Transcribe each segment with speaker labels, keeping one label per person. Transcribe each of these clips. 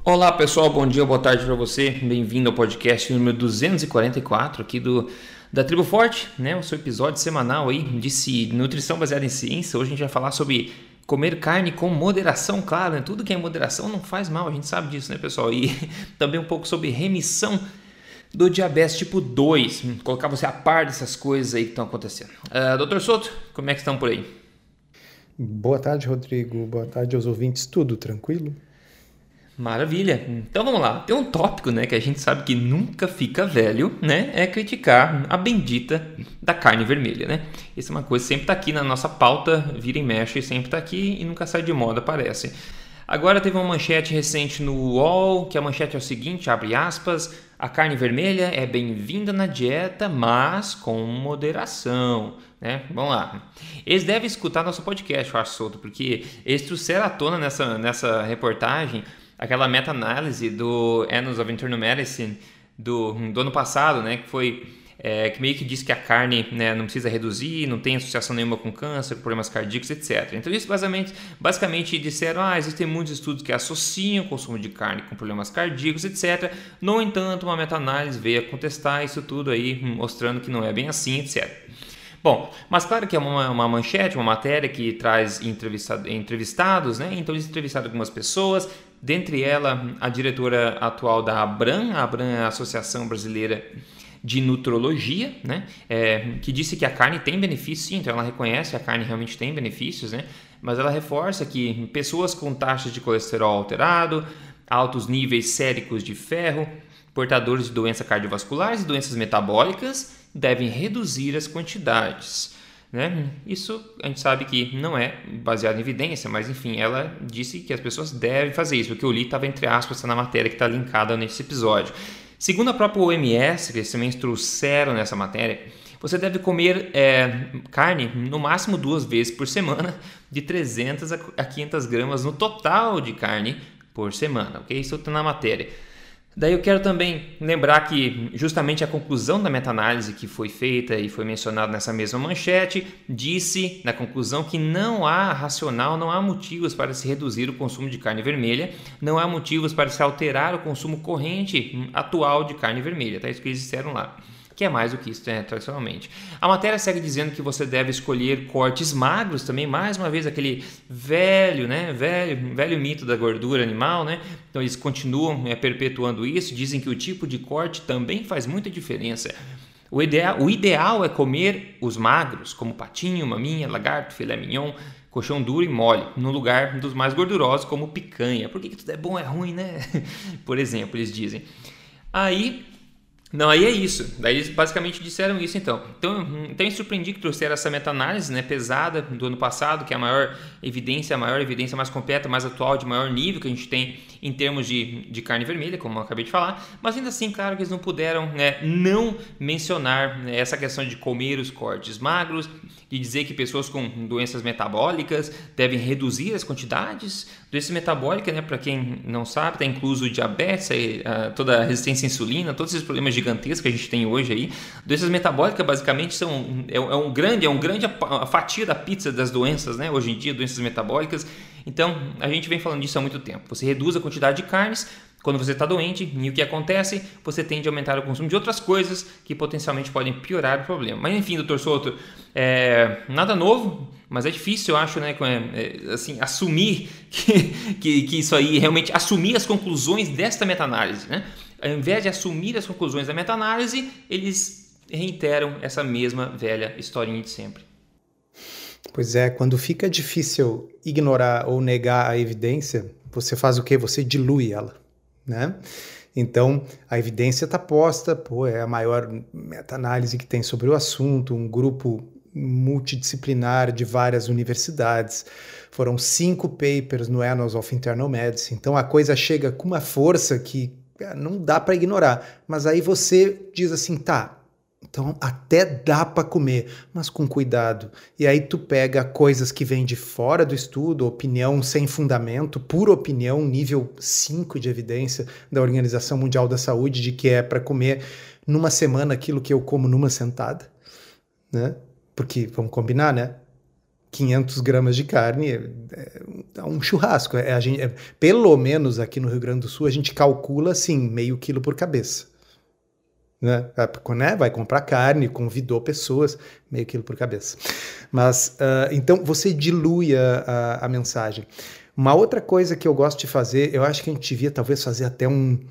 Speaker 1: Olá pessoal, bom dia, boa tarde para você, bem-vindo ao podcast número 244 aqui da Tribo Forte, né? O seu episódio semanal aí de nutrição baseada em ciência. Hoje a gente vai falar sobre comer carne com moderação, claro, né? Tudo que é moderação não faz mal, a gente sabe disso, né pessoal? E também um pouco sobre remissão do diabetes tipo 2, colocar você a par dessas coisas aí que estão acontecendo. Dr. Souto, como é que estão por aí?
Speaker 2: Boa tarde, Rodrigo. Boa tarde aos ouvintes. Tudo tranquilo?
Speaker 1: Maravilha. Então vamos lá. Tem um tópico, né, que a gente sabe que nunca fica velho, né? É criticar a bendita da carne vermelha, né? Isso é uma coisa que sempre está aqui na nossa pauta, vira e mexe, sempre está aqui e nunca sai de moda, parece. Agora teve uma manchete recente no UOL, que a manchete é o seguinte, abre aspas, a carne vermelha é bem-vinda na dieta, mas com moderação, né? Vamos lá. Eles devem escutar nosso podcast, eu acho, Souto, porque eles trouxeram à tona nessa reportagem aquela meta-análise do Annals of Internal Medicine do ano passado, né, que foi que meio que diz que a carne, né, não precisa reduzir, não tem associação nenhuma com câncer, com problemas cardíacos, etc. Então isso basicamente disseram, existem muitos estudos que associam o consumo de carne com problemas cardíacos, etc. No entanto, uma meta-análise veio a contestar isso tudo aí, mostrando que não é bem assim, etc. Bom, mas claro que é uma manchete, uma matéria que traz entrevistados, né? Então eles entrevistaram algumas pessoas, dentre elas a diretora atual da ABRAM. A ABRAM é a Associação Brasileira de Nutrologia, né? Que disse que a carne tem benefícios, sim, então ela reconhece que a carne realmente tem benefícios, né? Mas ela reforça que pessoas com taxas de colesterol alterado, altos níveis séricos de ferro, portadores de doenças cardiovasculares e doenças metabólicas devem reduzir as quantidades, né? Isso a gente sabe que não é baseado em evidência, mas enfim, ela disse que as pessoas devem fazer isso. O que eu li estava entre aspas na matéria que está linkada nesse episódio. Segundo a própria OMS, que eles também trouxeram nessa matéria, você deve comer carne no máximo 2 vezes por semana, de 300 a 500 gramas no total de carne por semana, ok? Isso está na matéria. Daí eu quero também lembrar que justamente a conclusão da meta-análise que foi feita e foi mencionada nessa mesma manchete, disse na conclusão que não há racional, não há motivos para se reduzir o consumo de carne vermelha, não há motivos para se alterar o consumo corrente atual de carne vermelha, tá? Isso que eles disseram lá, que é mais do que isso, né, tradicionalmente. A matéria segue dizendo que você deve escolher cortes magros também, mais uma vez aquele velho mito da gordura animal, né? Então eles continuam perpetuando isso, dizem que o tipo de corte também faz muita diferença. O ideal é comer os magros, como patinho, maminha, lagarto, filé mignon, colchão duro e mole, no lugar dos mais gordurosos, como picanha. Por que tudo é bom é ruim, né? Por exemplo, eles dizem. Aí é isso. Daí eles basicamente disseram isso então. Então me surpreendi que trouxeram essa meta-análise, né, pesada do ano passado, que é a maior evidência mais completa, mais atual, de maior nível que a gente tem em termos de carne vermelha, como eu acabei de falar. Mas ainda assim, claro que eles não puderam, né, não mencionar, né, essa questão de comer os cortes magros, de dizer que pessoas com doenças metabólicas devem reduzir as quantidades. Doença metabólica, né, para quem não sabe, está incluso o diabetes, toda a resistência à insulina, todos esses problemas gigantescos que a gente tem hoje aí. Doenças metabólicas basicamente é um grande a fatia da pizza das doenças, né, hoje em dia, doenças metabólicas. Então a gente vem falando disso há muito tempo. Você reduz a quantidade de carnes quando você está doente, e o que acontece? Você tende a aumentar o consumo de outras coisas que potencialmente podem piorar o problema. Mas enfim, Dr. Souto, nada novo, mas é difícil, eu acho, né, assim, assumir que isso aí, realmente assumir as conclusões desta meta-análise, né? Ao invés de assumir as conclusões da meta-análise, eles reiteram essa mesma velha historinha de sempre.
Speaker 2: Pois é, quando fica difícil ignorar ou negar a evidência, você faz o quê? Você dilui ela, né? Então, a evidência está posta, é a maior meta-análise que tem sobre o assunto, um grupo multidisciplinar de várias universidades, foram 5 papers no Annals of Internal Medicine, então a coisa chega com uma força que não dá para ignorar, mas aí você diz assim, tá, então até dá para comer, mas com cuidado. E aí tu pega coisas que vêm de fora do estudo, opinião sem fundamento, pura opinião, nível 5 de evidência da Organização Mundial da Saúde, de que é para comer numa semana aquilo que eu como numa sentada, né? Porque, vamos combinar, né? 500 gramas de carne é um churrasco. Pelo menos aqui no Rio Grande do Sul, a gente calcula assim, meio quilo por cabeça. Né? Vai comprar carne, convidou pessoas, meio quilo por cabeça. Mas, então, você dilui a mensagem. Uma outra coisa que eu gosto de fazer, eu acho que a gente devia talvez fazer até um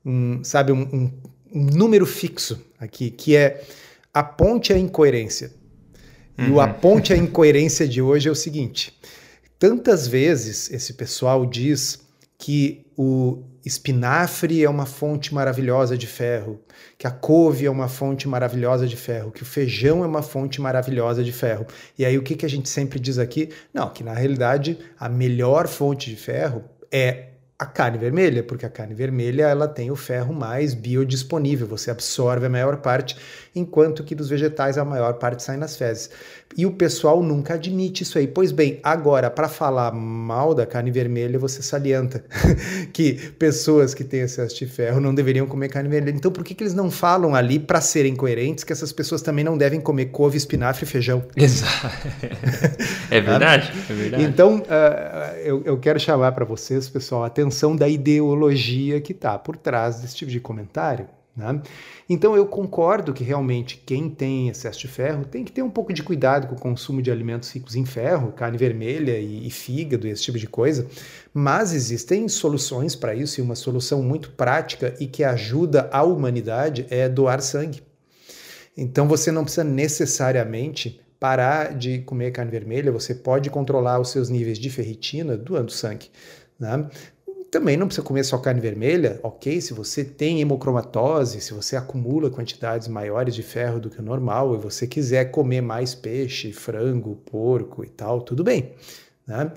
Speaker 2: número fixo aqui, que é aponte a incoerência. E o aponte a incoerência de hoje é o seguinte: tantas vezes esse pessoal diz que o espinafre é uma fonte maravilhosa de ferro, que a couve é uma fonte maravilhosa de ferro, que o feijão é uma fonte maravilhosa de ferro. E aí o que a gente sempre diz aqui? Não, que na realidade a melhor fonte de ferro é a carne vermelha, porque a carne vermelha ela tem o ferro mais biodisponível, você absorve a maior parte, enquanto que dos vegetais a maior parte sai nas fezes. E o pessoal nunca admite isso aí. Pois bem, agora, para falar mal da carne vermelha, você salienta que pessoas que têm excesso de ferro não deveriam comer carne vermelha. Então, por que eles não falam ali, para serem coerentes, que essas pessoas também não devem comer couve, espinafre e feijão?
Speaker 1: Exato. É verdade, é verdade.
Speaker 2: Então, eu quero chamar para vocês, pessoal, a atenção da ideologia que está por trás desse tipo de comentário. Né? Então eu concordo que realmente quem tem excesso de ferro tem que ter um pouco de cuidado com o consumo de alimentos ricos em ferro, carne vermelha e fígado, esse tipo de coisa, mas existem soluções para isso, e uma solução muito prática e que ajuda a humanidade é doar sangue. Então você não precisa necessariamente parar de comer carne vermelha, você pode controlar os seus níveis de ferritina doando sangue. Né? Também não precisa comer só carne vermelha, ok? Se você tem hemocromatose, se você acumula quantidades maiores de ferro do que o normal e você quiser comer mais peixe, frango, porco e tal, tudo bem. Né?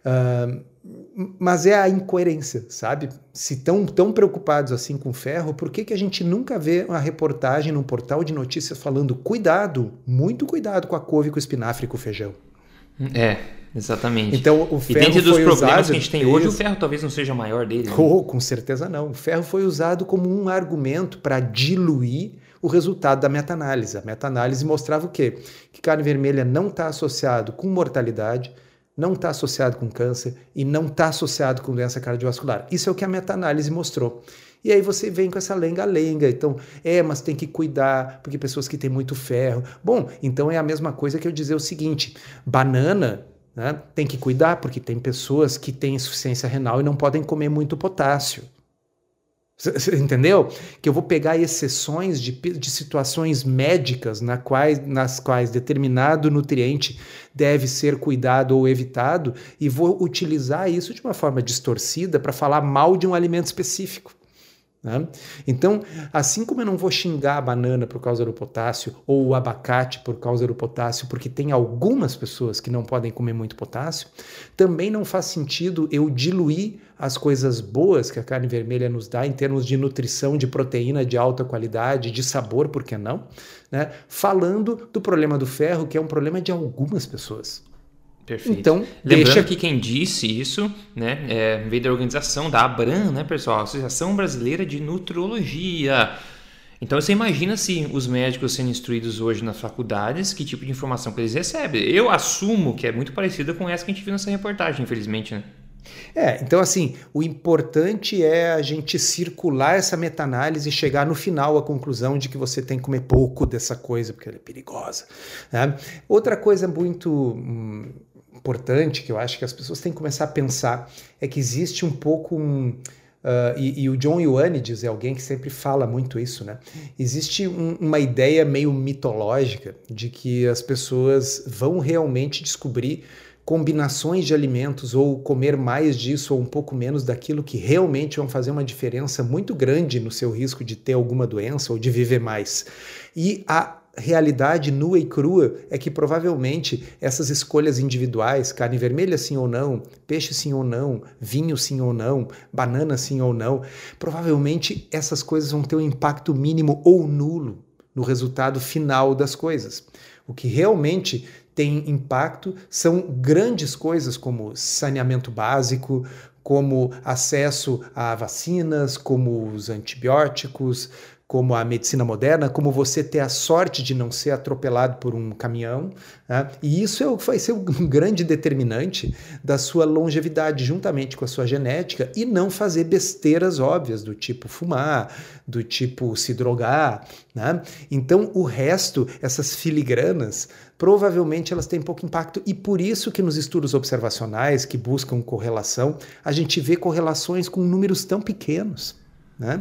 Speaker 2: Mas é a incoerência, sabe? Se estão tão preocupados assim com ferro, por que a gente nunca vê uma reportagem num portal de notícias falando cuidado, muito cuidado com a couve, com o espinafre e com o feijão?
Speaker 1: Exatamente.
Speaker 2: Então, o ferro
Speaker 1: e dentro dos problemas
Speaker 2: usado,
Speaker 1: que a gente tem hoje, o ferro talvez não seja o maior dele. Né?
Speaker 2: Com certeza não. O ferro foi usado como um argumento para diluir o resultado da meta-análise. A meta-análise mostrava o quê? Que carne vermelha não está associado com mortalidade, não está associado com câncer e não está associado com doença cardiovascular. Isso é o que a meta-análise mostrou. E aí você vem com essa lenga-lenga, então, mas tem que cuidar, porque pessoas que têm muito ferro. Bom, então é a mesma coisa que eu dizer o seguinte, banana, né, tem que cuidar, porque tem pessoas que têm insuficiência renal e não podem comer muito potássio. Você entendeu? Que eu vou pegar exceções de situações médicas nas quais determinado nutriente deve ser cuidado ou evitado e vou utilizar isso de uma forma distorcida para falar mal de um alimento específico. Né? Então, assim como eu não vou xingar a banana por causa do potássio ou o abacate por causa do potássio, porque tem algumas pessoas que não podem comer muito potássio, também não faz sentido eu diluir as coisas boas que a carne vermelha nos dá em termos de nutrição, de proteína de alta qualidade, de sabor, por que não? Né? Falando do problema do ferro, que é um problema de algumas pessoas.
Speaker 1: Perfeito. Então, lembrando que quem disse isso, né, veio da organização da ABRAM, né, pessoal, Associação Brasileira de Nutrologia. Então você imagina se os médicos sendo instruídos hoje nas faculdades, que tipo de informação que eles recebem. Eu assumo que é muito parecida com essa que a gente viu nessa reportagem, infelizmente, né?
Speaker 2: Então assim, o importante é a gente circular essa meta-análise e chegar no final à conclusão de que você tem que comer pouco dessa coisa, porque ela é perigosa. Né? Outra coisa muito importante que eu acho que as pessoas têm que começar a pensar é que existe um pouco e o John Ioannidis é alguém que sempre fala muito isso, né? Existe uma ideia meio mitológica de que as pessoas vão realmente descobrir combinações de alimentos ou comer mais disso ou um pouco menos daquilo que realmente vão fazer uma diferença muito grande no seu risco de ter alguma doença ou de viver mais. E a realidade nua e crua é que provavelmente essas escolhas individuais, carne vermelha sim ou não, peixe sim ou não, vinho sim ou não, banana sim ou não, provavelmente essas coisas vão ter um impacto mínimo ou nulo no resultado final das coisas. O que realmente tem impacto são grandes coisas como saneamento básico, como acesso a vacinas, como os antibióticos, como a medicina moderna, como você ter a sorte de não ser atropelado por um caminhão, né? E isso vai ser um grande determinante da sua longevidade, juntamente com a sua genética, e não fazer besteiras óbvias, do tipo fumar, do tipo se drogar, né? Então, o resto, essas filigranas, provavelmente elas têm pouco impacto, e por isso que nos estudos observacionais que buscam correlação, a gente vê correlações com números tão pequenos, né?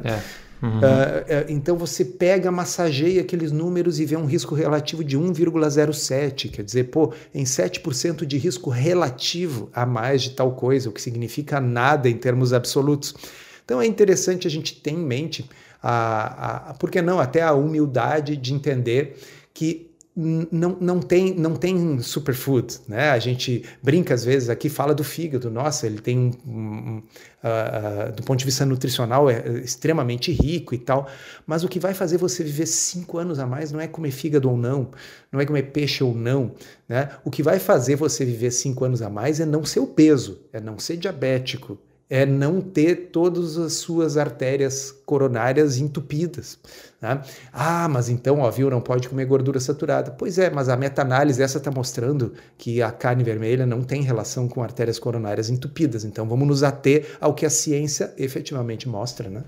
Speaker 2: Então você pega, massageia aqueles números e vê um risco relativo de 1,07, quer dizer, em 7% de risco relativo a mais de tal coisa, o que significa nada em termos absolutos. Então é interessante a gente ter em mente, por que não, até a humildade de entender que não tem superfood, né? A gente brinca às vezes aqui, fala do fígado, nossa, ele tem do ponto de vista nutricional é extremamente rico e tal, mas o que vai fazer você viver 5 anos a mais não é comer fígado ou não é comer peixe ou não, né? O que vai fazer você viver 5 anos a mais é não ser obeso, é não ser diabético, é não ter todas as suas artérias coronárias entupidas, né? Mas então, viu, não pode comer gordura saturada. Pois é, mas a meta-análise essa está mostrando que a carne vermelha não tem relação com artérias coronárias entupidas. Então vamos nos ater ao que a ciência efetivamente mostra, né?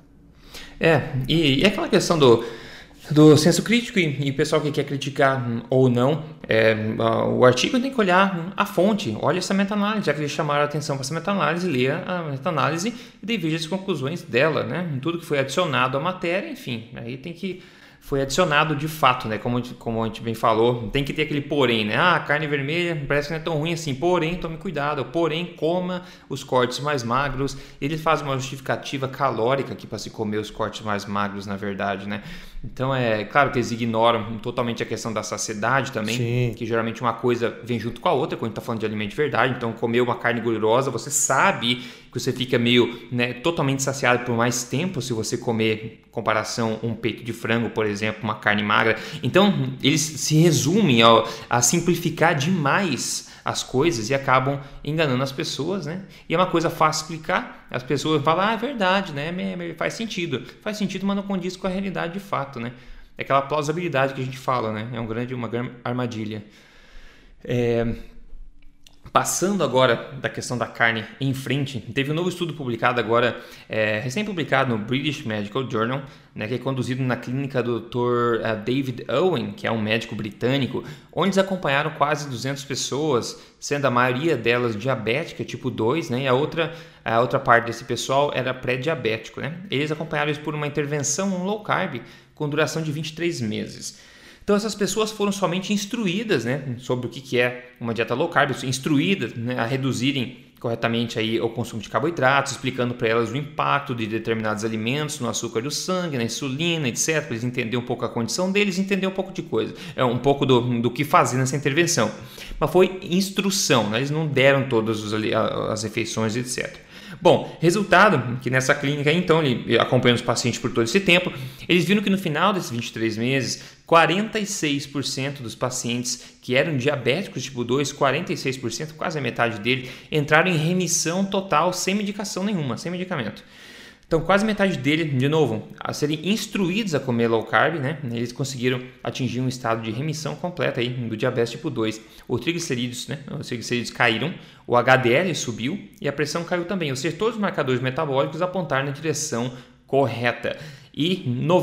Speaker 1: E aquela questão do senso crítico e o pessoal que quer criticar ou não, o artigo tem que olhar a fonte, olha essa meta-análise, já que eles chamaram a atenção para essa meta-análise, leia a meta-análise e daí veja as conclusões dela, né? Tudo que foi adicionado à matéria, enfim, aí foi adicionado de fato, né? Como a gente bem falou, tem que ter aquele porém, né? A carne vermelha parece que não é tão ruim assim, porém, tome cuidado, porém, coma os cortes mais magros. Ele faz uma justificativa calórica aqui para se comer os cortes mais magros, na verdade, né? Então, é claro que eles ignoram totalmente a questão da saciedade também, sim, que geralmente uma coisa vem junto com a outra, quando a gente está falando de alimento de verdade. Então, comer uma carne gordurosa, você sabe que você fica meio, né, totalmente saciado por mais tempo se você comer, em comparação, um peito de frango, por exemplo, uma carne magra. Então, eles se resumem a simplificar demais as coisas e acabam enganando as pessoas, né? E é uma coisa fácil explicar, as pessoas falam, é verdade, né? Faz sentido, mas não condiz com a realidade de fato, né? É aquela plausibilidade que a gente fala, né? É uma grande armadilha. Passando agora da questão da carne em frente, teve um novo estudo publicado agora, recém-publicado no British Medical Journal, né, que é conduzido na clínica do Dr. David Owen, que é um médico britânico, onde eles acompanharam quase 200 pessoas, sendo a maioria delas diabética tipo 2, né, e a outra parte desse pessoal era pré-diabético, né? Eles acompanharam isso por uma intervenção low carb com duração de 23 meses. Então essas pessoas foram somente instruídas, né, sobre o que é uma dieta low carb, instruídas, né, a reduzirem corretamente aí o consumo de carboidratos, explicando para elas o impacto de determinados alimentos no açúcar do sangue, na insulina, etc, para eles entenderem um pouco a condição deles, entender um pouco de coisa, um pouco do que fazer nessa intervenção. Mas foi instrução, né? Eles não deram todas as refeições, etc. Bom, resultado que nessa clínica, então, ele acompanhando os pacientes por todo esse tempo, eles viram que no final desses 23 meses, 46% dos pacientes que eram diabéticos tipo 2, 46%, quase a metade dele, entraram em remissão total sem medicação nenhuma, sem medicamento. Então, quase metade dele, de novo, a serem instruídos a comer low carb, né? Eles conseguiram atingir um estado de remissão completa aí do diabetes tipo 2. Os triglicéridos caíram, o HDL subiu e a pressão caiu também. Ou seja, todos os marcadores metabólicos apontaram na direção correta. E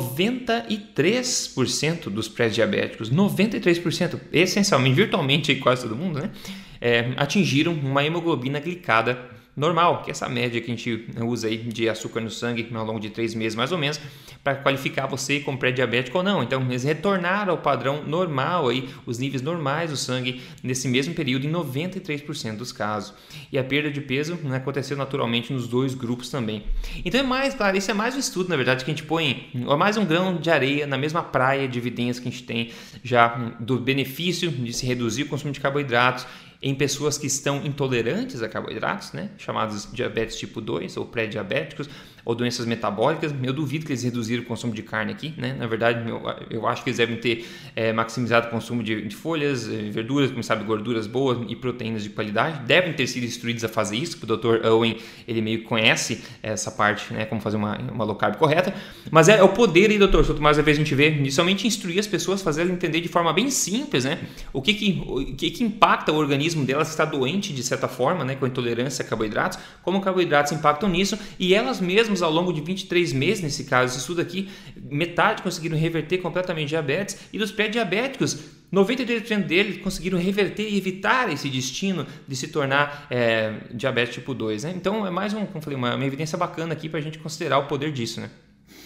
Speaker 1: 93% dos pré-diabéticos, 93%, essencialmente, virtualmente quase todo mundo, né? Atingiram uma hemoglobina glicada normal, que é essa média que a gente usa aí de açúcar no sangue ao longo de 3 meses mais ou menos, para qualificar você como pré-diabético ou não. Então eles retornaram ao padrão normal, aí, os níveis normais do sangue nesse mesmo período em 93% dos casos. E a perda de peso, né, aconteceu naturalmente nos dois grupos também. Então isso é mais um estudo, na verdade, que a gente põe mais um grão de areia na mesma praia de evidências que a gente tem já do benefício de se reduzir o consumo de carboidratos em pessoas que estão intolerantes a carboidratos, né, chamados diabetes tipo 2 ou pré-diabéticos, ou doenças metabólicas. Eu duvido que eles reduziram o consumo de carne aqui, né? Na verdade, eu acho que eles devem ter maximizado o consumo de folhas, verduras, como sabe, gorduras boas e proteínas de qualidade. Devem ter sido instruídos a fazer isso, porque o Dr. Owen, ele meio que conhece essa parte, né? Como fazer uma low carb correta. Mas é o poder aí, doutor Souto, mais uma vez a gente vê, inicialmente instruir as pessoas, fazer elas entender de forma bem simples, né? O que impacta o organismo delas, está doente de certa forma, né? Com a intolerância a carboidratos, como carboidratos impactam nisso, e elas mesmas ao longo de 23 meses, nesse caso, esse estudo aqui, metade conseguiram reverter completamente diabetes, e dos pré-diabéticos, 93% deles conseguiram reverter e evitar esse destino de se tornar diabetes tipo 2, né? Então é mais como falei, uma evidência bacana aqui para a gente considerar o poder disso, né?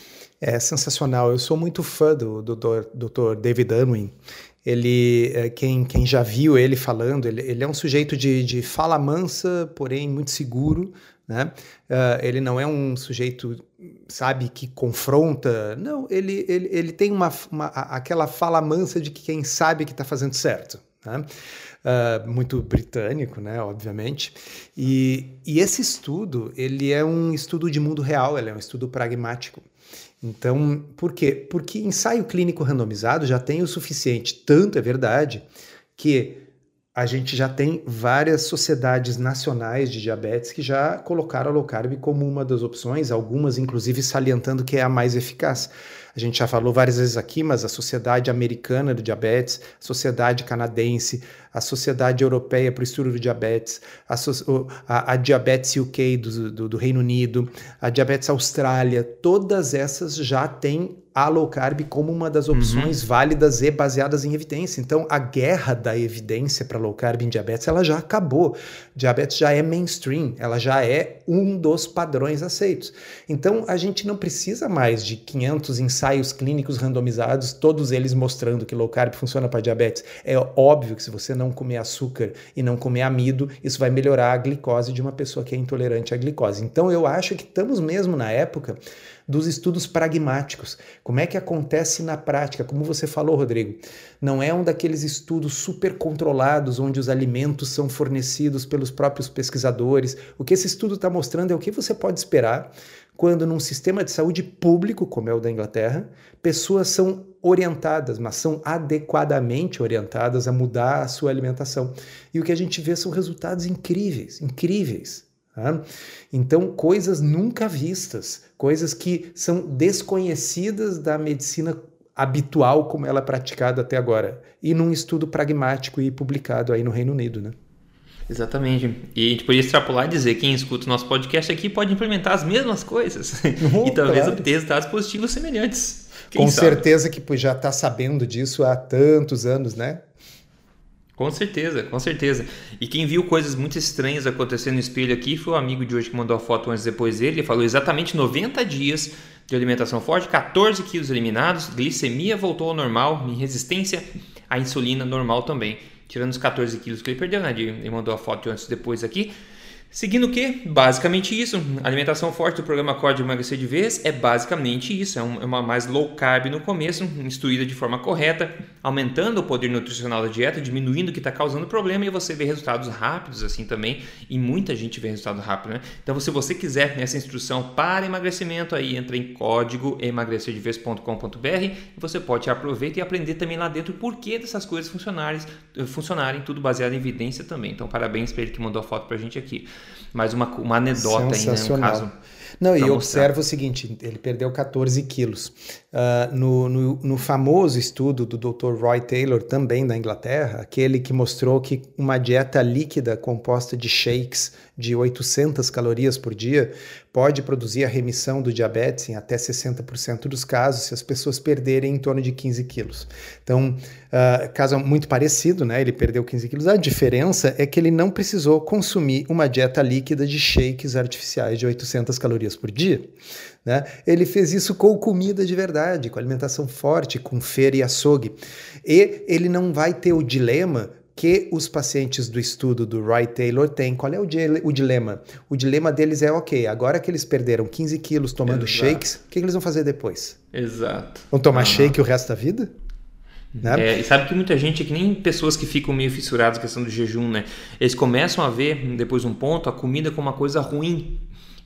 Speaker 2: É sensacional. Eu sou muito fã do Dr. David Unwin. Ele, quem já viu ele falando, ele é um sujeito de fala mansa, porém muito seguro, né? Ele não é um sujeito, sabe, que confronta. Não, ele tem aquela fala mansa de que quem sabe que está fazendo certo, né? Muito britânico, né, obviamente. E esse estudo, ele é um estudo de mundo real, ele é um estudo pragmático. Então, por quê? Porque ensaio clínico randomizado já tem o suficiente. Tanto é verdade que a gente já tem várias sociedades nacionais de diabetes que já colocaram a low carb como uma das opções, algumas inclusive salientando que é a mais eficaz. A gente já falou várias vezes aqui, mas a Sociedade Americana do Diabetes, a Sociedade Canadense, a Sociedade Europeia para o Estudo do Diabetes, a Diabetes UK do Reino Unido, a Diabetes Austrália, todas essas já têm a low carb como uma das opções válidas e baseadas em evidência. Então, a guerra da evidência para low carb em diabetes, ela já acabou. Diabetes já é mainstream, ela já é um dos padrões aceitos. Então, a gente não precisa mais de 500 ensaios clínicos randomizados, todos eles mostrando que low carb funciona para diabetes. É óbvio que se você não comer açúcar e não comer amido, isso vai melhorar a glicose de uma pessoa que é intolerante à glicose. Então, eu acho que estamos mesmo na época dos estudos pragmáticos. Como é que acontece na prática? Como você falou, Rodrigo, não é um daqueles estudos super controlados onde os alimentos são fornecidos pelos próprios pesquisadores. O que esse estudo está mostrando é o que você pode esperar quando num sistema de saúde público, como é o da Inglaterra, pessoas são orientadas, mas são adequadamente orientadas a mudar a sua alimentação. E o que a gente vê são resultados incríveis, incríveis. Então, coisas nunca vistas, coisas que são desconhecidas da medicina habitual como ela é praticada até agora, e num estudo pragmático e publicado aí no Reino Unido, né?
Speaker 1: Exatamente. E a gente podia extrapolar e dizer, quem escuta o nosso podcast aqui pode implementar as mesmas coisas e talvez obter resultados positivos semelhantes.
Speaker 2: Com certeza que já está sabendo disso há tantos anos, né?
Speaker 1: Com certeza, com certeza. E quem viu coisas muito estranhas acontecendo no espelho aqui foi o amigo de hoje que mandou a foto antes e depois dele. Ele falou exatamente 90 dias de alimentação forte, 14 quilos eliminados, glicemia voltou ao normal, resistência à insulina normal também. Tirando os 14 quilos que ele perdeu, né? Ele mandou a foto antes e depois aqui. Seguindo o quê? Basicamente isso. A alimentação forte do programa Acorde Emagrecer de Vez é basicamente isso. É uma mais low carb no começo, instruída de forma correta, aumentando o poder nutricional da dieta, diminuindo o que está causando problema, e você vê resultados rápidos assim também. E muita gente vê resultado rápido, né? Então, se você quiser essa instrução para emagrecimento, aí entra em código emagrecerdevez.com.br e você pode aproveitar e aprender também lá dentro o porquê dessas coisas funcionarem, tudo baseado em evidência também. Então, parabéns para ele que mandou a foto para a gente aqui. Mais uma anedota aí, né, no caso.
Speaker 2: Não, e observa o seguinte, ele perdeu 14 quilos. No famoso estudo do Dr. Roy Taylor, também da Inglaterra, aquele que mostrou que uma dieta líquida composta de shakes de 800 calorias por dia pode produzir a remissão do diabetes em até 60% dos casos, se as pessoas perderem em torno de 15 quilos. Então, caso muito parecido, né? Ele perdeu 15 quilos. A diferença é que ele não precisou consumir uma dieta líquida de shakes artificiais de 800 calorias por dia, né? Ele fez isso com comida de verdade, com alimentação forte, com feira e açougue. E ele não vai ter o dilema que os pacientes do estudo do Roy Taylor têm. Qual é o dilema? O dilema deles é, ok, agora que eles perderam 15 quilos tomando shakes, o que eles vão fazer depois?
Speaker 1: Exato.
Speaker 2: Vão tomar shake o resto da vida? Né?
Speaker 1: E sabe que muita gente, é que nem pessoas que ficam meio fissuradas com a questão do jejum, né? Eles começam a ver, depois de um ponto, a comida como uma coisa ruim.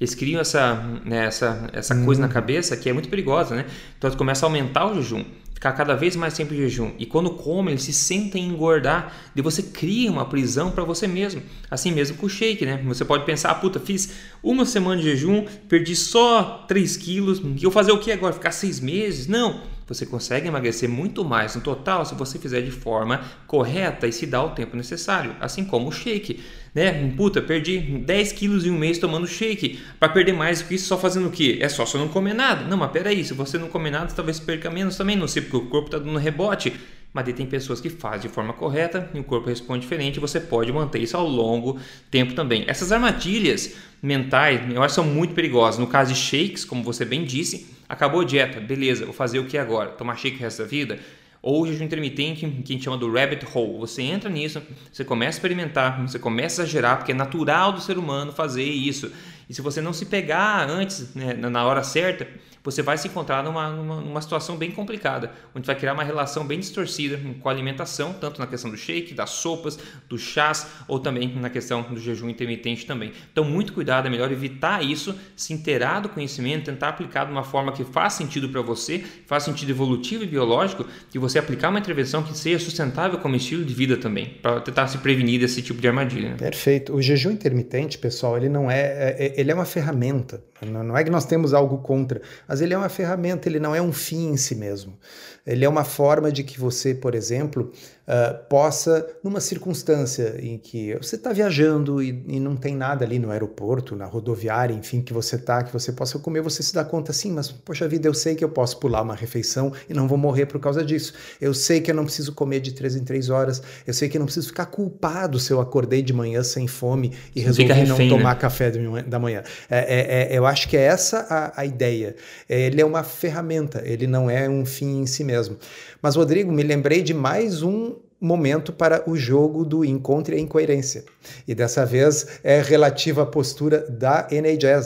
Speaker 1: eles criam essa, né, essa coisa na cabeça que é muito perigosa, né? Então eles começam a aumentar o jejum, ficar cada vez mais tempo em jejum. E quando comem, eles se sentem engordar. E você cria uma prisão para você mesmo. Assim mesmo com o shake, né? Você pode pensar, puta, fiz uma semana de jejum, perdi só 3 quilos. E eu fazer o que agora? Ficar 6 meses? Não. Você consegue emagrecer muito mais no total se você fizer de forma correta e se dar o tempo necessário. Assim como o shake, né? Puta, perdi 10 quilos em um mês tomando shake. Para perder mais do que isso, só fazendo o quê? É só não comer nada. Não, mas peraí, se você não comer nada, talvez perca menos também. Não sei, porque o corpo está dando rebote. Mas tem pessoas que fazem de forma correta e o corpo responde diferente. Você pode manter isso ao longo tempo também. Essas armadilhas mentais, eu acho que são muito perigosas. No caso de shakes, como você bem disse, acabou a dieta, beleza, vou fazer o que agora? Tomar shake o resto da vida? Ou jejum intermitente, que a gente chama do rabbit hole. Você entra nisso, você começa a experimentar, você começa a exagerar, porque é natural do ser humano fazer isso. E se você não se pegar antes, né, na hora certa, você vai se encontrar numa situação bem complicada, onde vai criar uma relação bem distorcida com a alimentação, tanto na questão do shake, das sopas, dos chás, ou também na questão do jejum intermitente também. Então, muito cuidado, é melhor evitar isso, se inteirar do conhecimento, tentar aplicar de uma forma que faz sentido para você, faz sentido evolutivo e biológico, e você aplicar uma intervenção que seja sustentável como estilo de vida também, para tentar se prevenir desse tipo de armadilha. Né?
Speaker 2: Perfeito. O jejum intermitente, pessoal, ele não ele é uma ferramenta. Não é que nós temos algo contra, mas ele é uma ferramenta, ele não é um fim em si mesmo. Ele é uma forma de que você, por exemplo, possa, numa circunstância em que você está viajando e não tem nada ali no aeroporto, na rodoviária, enfim, que você possa comer, você se dá conta assim, mas, poxa vida, eu sei que eu posso pular uma refeição e não vou morrer por causa disso. Eu sei que eu não preciso comer de 3 em 3 horas, eu sei que eu não preciso ficar culpado se eu acordei de manhã sem fome e resolvi não tomar café da manhã. Eu acho que é essa a ideia. Ele é uma ferramenta, ele não é um fim em si mesmo. Mas, Rodrigo, me lembrei de mais um momento para o jogo do encontre a incoerência. E dessa vez é relativa à postura da NHS,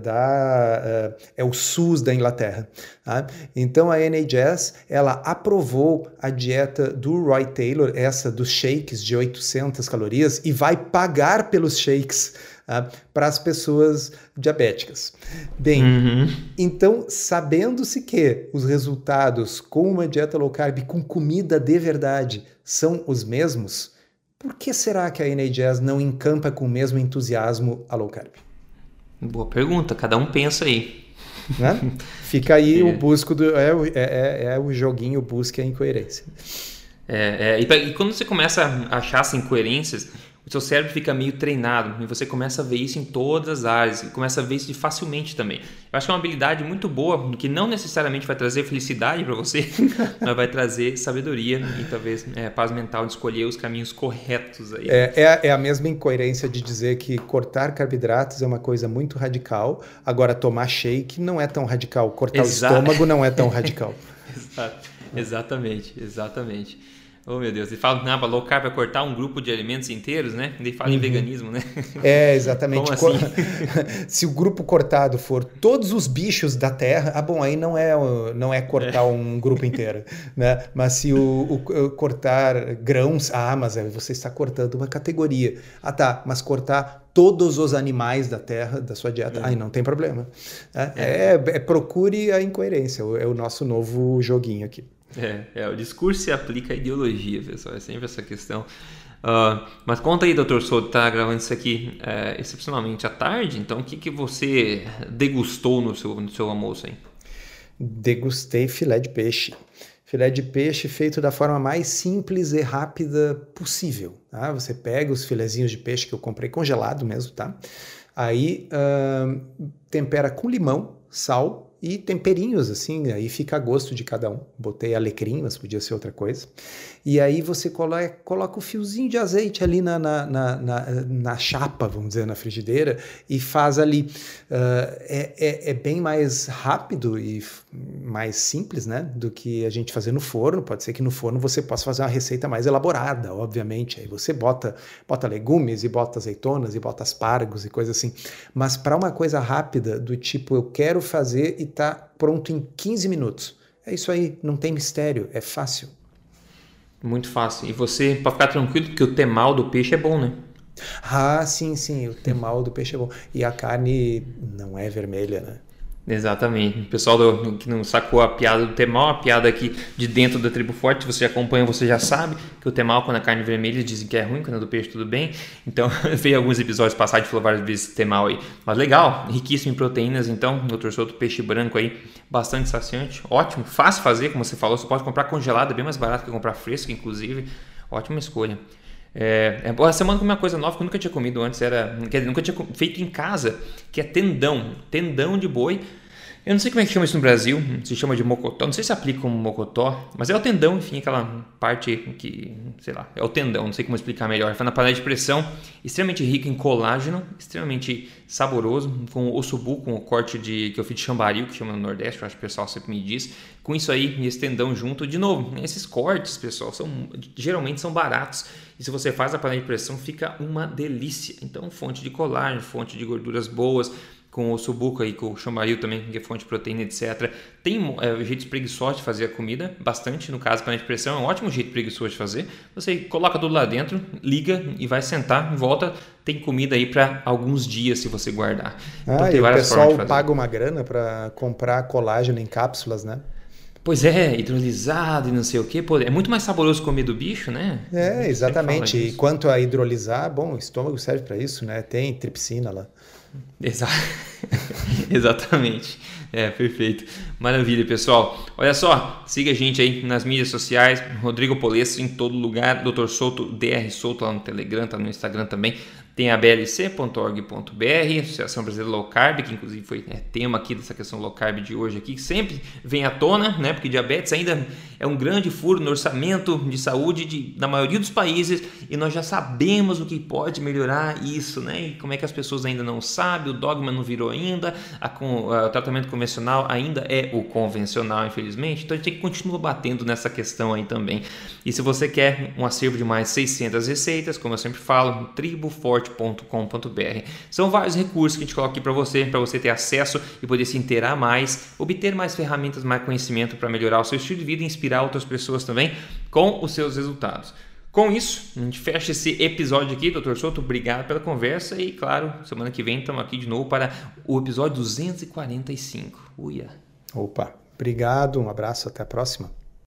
Speaker 2: é o SUS da Inglaterra. Tá? Então a NHS, ela aprovou a dieta do Roy Taylor, essa dos shakes de 800 calorias, e vai pagar pelos shakes para as pessoas diabéticas. Bem, então, sabendo-se que os resultados com uma dieta low carb, com comida de verdade, são os mesmos, por que será que a NHS não encampa com o mesmo entusiasmo a low carb?
Speaker 1: Boa pergunta, cada um pensa aí.
Speaker 2: Né? Fica aí o busco, o joguinho busca a incoerência.
Speaker 1: E quando você começa a achar as incoerências, o seu cérebro fica meio treinado e você começa a ver isso em todas as áreas, começa a ver isso facilmente também. Eu acho que é uma habilidade muito boa, que não necessariamente vai trazer felicidade para você, mas vai trazer sabedoria e talvez paz mental de escolher os caminhos corretos. Aí.
Speaker 2: É a mesma incoerência de dizer que cortar carboidratos é uma coisa muito radical, agora tomar shake não é tão radical, cortar o estômago não é tão radical.
Speaker 1: Exatamente. Oh, meu Deus. Ele fala, low carb vai cortar um grupo de alimentos inteiros, né? Ele fala em veganismo, né?
Speaker 2: Exatamente.
Speaker 1: Como assim?
Speaker 2: Se o grupo cortado for todos os bichos da Terra, bom, aí não é cortar um grupo inteiro, né? Mas se o cortar grãos, mas você está cortando uma categoria. Mas cortar todos os animais da Terra, da sua dieta, aí não tem problema. Procure a incoerência, é o nosso novo joguinho aqui.
Speaker 1: O discurso se aplica à ideologia, pessoal, é sempre essa questão. Mas conta aí, Dr. Souto, tá gravando isso aqui excepcionalmente à tarde, então o que você degustou no seu almoço aí?
Speaker 2: Degustei filé de peixe. Filé de peixe feito da forma mais simples e rápida possível. Tá? Você pega os filezinhos de peixe que eu comprei congelado mesmo, tá? Aí tempera com limão, sal e temperinhos, assim, aí fica a gosto de cada um. Botei alecrim, mas podia ser outra coisa. E aí você coloca o fiozinho de azeite ali na chapa, vamos dizer, na frigideira, e faz ali. É bem mais rápido e mais simples, né, do que a gente fazer no forno. Pode ser que no forno você possa fazer uma receita mais elaborada, obviamente. Aí você bota legumes e bota azeitonas e bota aspargos e coisa assim. Mas para uma coisa rápida, do tipo, eu quero fazer e tá pronto em 15 minutos. É isso aí, não tem mistério, é fácil.
Speaker 1: Muito fácil. E você, para ficar tranquilo, que o temal do peixe é bom, né?
Speaker 2: Ah, sim, sim, o temal do peixe é bom. E a carne não é vermelha, né?
Speaker 1: Exatamente. O pessoal que não sacou a piada do temal, a piada aqui de dentro da tribo forte, se você acompanha, você já sabe que o temal, quando a carne vermelha, dizem que é ruim, quando é do peixe tudo bem. Então, veio alguns episódios passados e falou várias vezes temal aí. Mas legal, riquíssimo em proteínas, então, Dr. Souto, peixe branco aí, bastante saciante, ótimo, fácil fazer, como você falou, você pode comprar congelado, é bem mais barato que comprar fresco, inclusive, ótima escolha. A semana comi uma coisa nova que eu nunca tinha comido antes, nunca tinha feito em casa, que é tendão de boi. Eu não sei como é que chama isso no Brasil, se chama de mocotó, não sei se aplica como mocotó, mas é o tendão, enfim, aquela parte que, sei lá, é o tendão, não sei como explicar melhor. Foi na panela de pressão, extremamente rico em colágeno, extremamente saboroso, com ossobuco, com o corte que eu fiz de chambaril, que chama no Nordeste, eu acho que o pessoal sempre me diz. Com isso aí, esse tendão junto, de novo, esses cortes, pessoal, geralmente são baratos, e se você faz a panela de pressão, fica uma delícia. Então, fonte de colágeno, fonte de gorduras boas, com o ossobuco aí, com o chambaril também, que é fonte de proteína, etc. Tem jeitos preguiçosos de fazer a comida, bastante, no caso, panela de pressão é um ótimo jeito preguiçoso de fazer. Você coloca tudo lá dentro, liga e vai sentar, volta, tem comida aí para alguns dias se você guardar. Então, tem
Speaker 2: e o
Speaker 1: várias formas de
Speaker 2: pessoal
Speaker 1: fazer.
Speaker 2: paga uma grana para comprar colágeno em cápsulas, né?
Speaker 1: Pois é, hidrolisado e não sei o que, é muito mais saboroso comer do bicho, né?
Speaker 2: Exatamente. E quanto a hidrolisar, bom, o estômago serve para isso, né? Tem tripsina lá.
Speaker 1: Exatamente. Perfeito. Maravilha, pessoal. Olha só, siga a gente aí nas mídias sociais, Rodrigo Polesso em todo lugar, Dr. Souto, Dr. Souto lá no Telegram, tá no Instagram também. Tem a blc.org.br, Associação Brasileira Low Carb, que inclusive foi tema aqui dessa questão low carb de hoje aqui, que sempre vem à tona, né? Porque diabetes ainda é um grande furo no orçamento de saúde da maioria dos países, e nós já sabemos o que pode melhorar isso, né? E como é que as pessoas ainda não sabem, o dogma não virou ainda, o tratamento convencional ainda é o convencional, infelizmente, então a gente continua batendo nessa questão aí também. E se você quer um acervo de mais 600 receitas, como eu sempre falo, triboforte.com.br. São vários recursos que a gente coloca aqui para você ter acesso e poder se inteirar mais, obter mais ferramentas, mais conhecimento para melhorar o seu estilo de vida e inspirar outras pessoas também com os seus resultados. Com isso, a gente fecha esse episódio aqui, Dr. Souto, obrigado pela conversa e, claro, semana que vem estamos aqui de novo para o episódio 245. Uia!
Speaker 2: Opa, obrigado, um abraço, até a próxima.